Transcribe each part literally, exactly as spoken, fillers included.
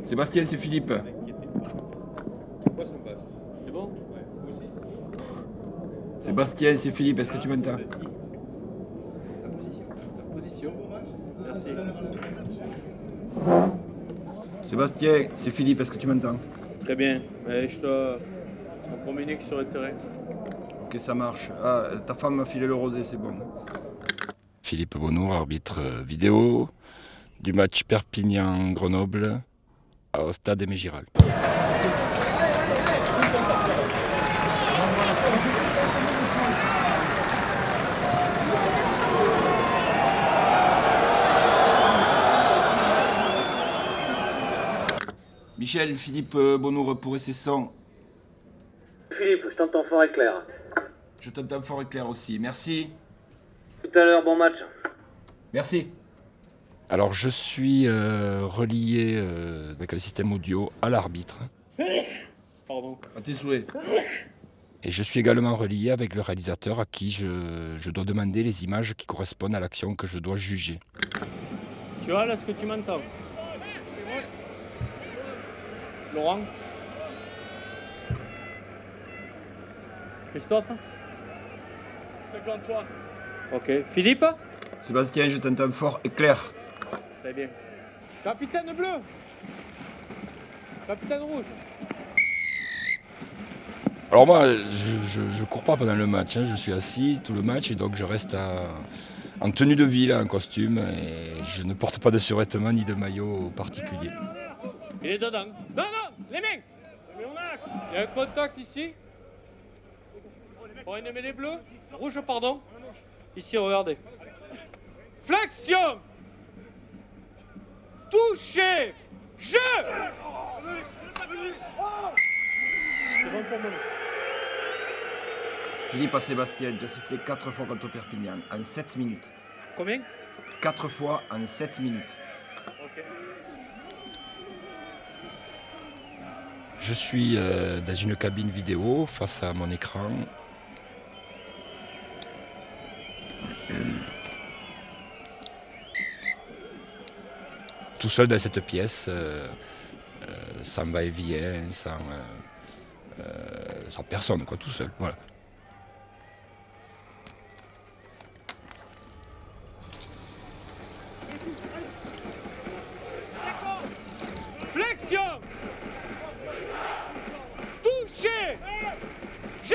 Sébastien, c'est Philippe. Moi, ça me passe. C'est bon? Ouais, vous aussi. Sébastien, c'est Philippe, est-ce que tu m'entends? La position. La position. Merci. Sébastien, c'est Philippe, est-ce que tu m'entends? Très bien. Ouais, je dois... On communique sur le terrain. Ok, ça marche. Ah, ta femme m'a filé le rosé, c'est bon. Philippe Bonneau, arbitre vidéo du match Perpignan-Grenoble au stade Aimé Giral. Michel, Philippe Bonneau pour ses sons. Philippe, je t'entends fort et clair. Je t'entends fort et clair aussi. Merci. Tout à l'heure, bon match. Merci. Alors je suis euh, relié euh, avec le système audio à l'arbitre. Pardon. À tes souhaits. Et je suis également relié avec le réalisateur à qui je, je dois demander les images qui correspondent à l'action que je dois juger. Tu vois là ce que tu m'entends? Laurent? Christophe? cinquante-trois. Ok. Philippe? Sébastien, je t'entends fort et clair. Très bien. Capitaine bleu! Capitaine rouge! Alors moi, je, je, je cours pas pendant le match, hein. Je suis assis tout le match et donc je reste à, en tenue de ville, en costume, et je ne porte pas de survêtement ni de maillot particulier. Il est dedans. Non, non! Les mains! Il y a un contact ici. Pour aimer les bleus. Rouge, pardon. Ici, regardez. Flexion! Touché! Jeu! C'est bon pour moi, monsieur. Philippe à Sébastien, tu as sifflé quatre fois contre Perpignan en sept minutes. Combien? quatre fois en sept minutes. Ok. Je suis euh, dans une cabine vidéo face à mon écran. Tout seul dans cette pièce, euh, euh, sans va-et-vient, sans, euh, euh, sans personne, quoi, tout seul. Voilà. Flexion! Touché! Jeu!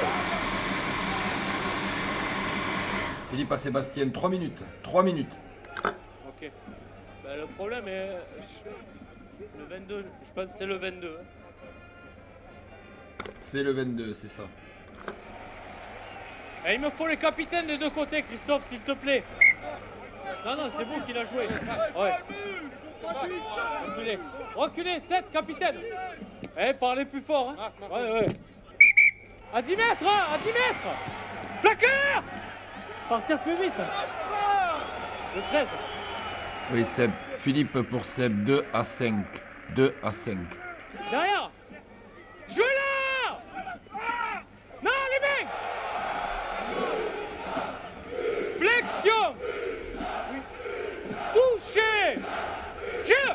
Philippe à Sébastien, trois minutes. trois minutes. Ok. Ben, le problème est... je- Le vingt-deux, je pense que c'est le vingt-deux. hein. C'est le vingt-deux, c'est ça. Et il me faut les capitaines des deux côtés, Christophe, s'il te plaît. Non, non, c'est vous qui l'a joué. Ouais. Reculez. Reculez, sept, capitaine. Eh, parlez plus fort. Hein. Ouais, ouais. À dix mètres, hein, à dix mètres. Placard. Partir plus vite. Le treize. Oui, Seb. Philippe pour Seb, deux à cinq. deux à cinq. Derrière. Jouez là. Non, les mecs. Flexion. Touché. Jeu.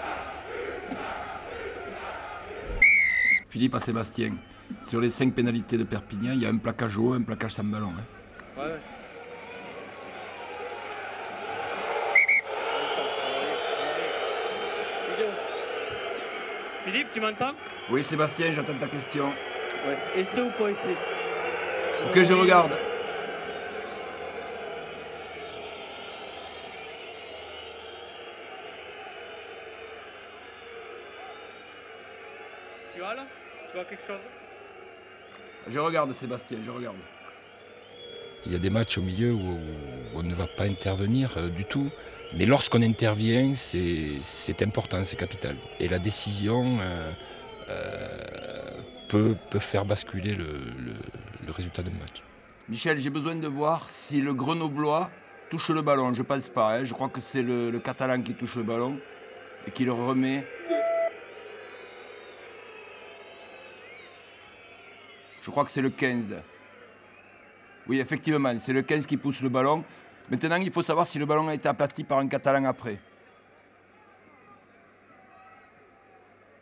Philippe à Sébastien. Sur les cinq pénalités de Perpignan, il y a un plaquage haut, un plaquage sans ballon. Hein. Ouais. Philippe, tu m'entends? Oui, Sébastien, j'attends ta question. Ouais. Essai ou pas essai? Ok, je regarde. Tu vois là? Tu vois quelque chose? Je regarde, Sébastien, je regarde. Il y a des matchs au milieu où on ne va pas intervenir euh, du tout. Mais lorsqu'on intervient, c'est, c'est important, c'est capital. Et la décision euh, euh, peut, peut faire basculer le, le, le résultat d'un match. Michel, j'ai besoin de voir si le Grenoblois touche le ballon. Je ne pense pas. Hein. Je crois que c'est le, le Catalan qui touche le ballon et qui le remet. Je crois que c'est le quinze. Oui, effectivement, c'est le quinze qui pousse le ballon. Maintenant, il faut savoir si le ballon a été aplati par un Catalan après.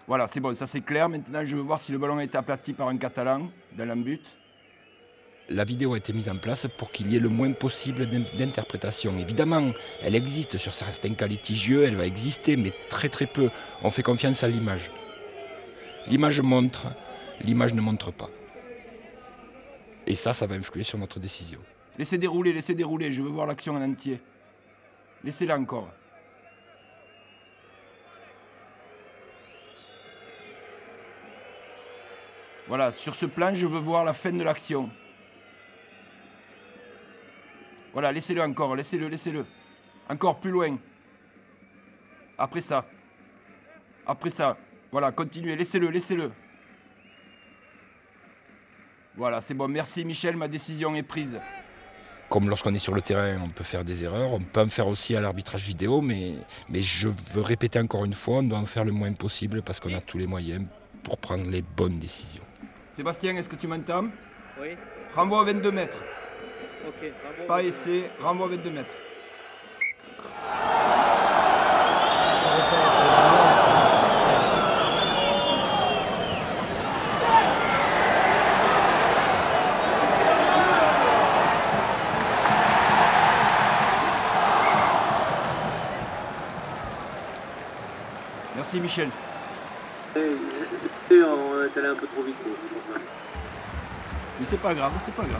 Voilà, c'est bon, ça c'est clair. Maintenant, je veux voir si le ballon a été aplati par un Catalan dans l'embut. La vidéo a été mise en place pour qu'il y ait le moins possible d'interprétation. Évidemment, elle existe sur certains cas litigieux, elle va exister, mais très très peu. On fait confiance à l'image. L'image montre, l'image ne montre pas. Et ça, ça va influer sur notre décision. Laissez dérouler, laissez dérouler, je veux voir l'action en entier. Laissez-la encore. Voilà, sur ce plan, je veux voir la fin de l'action. Voilà, laissez-le encore, laissez-le, laissez-le. Encore plus loin. Après ça. Après ça. Voilà, continuez, laissez-le, laissez-le. Voilà, c'est bon. Merci Michel, ma décision est prise. Comme lorsqu'on est sur le terrain, on peut faire des erreurs. On peut en faire aussi à l'arbitrage vidéo, mais, mais je veux répéter encore une fois, on doit en faire le moins possible parce qu'on a tous les moyens pour prendre les bonnes décisions. Sébastien, est-ce que tu m'entends? Oui. Renvoi à vingt-deux mètres. Ok. Bravo. Pas essai, renvoi à vingt-deux mètres. Merci Michel. On est allé un peu trop vite, c'est pour ça. Mais c'est pas grave, c'est pas grave.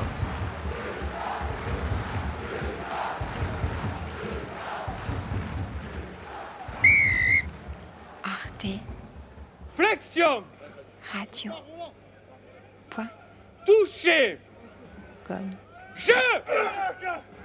Arte Flexion. Radio. Point. Touché. Com. Je.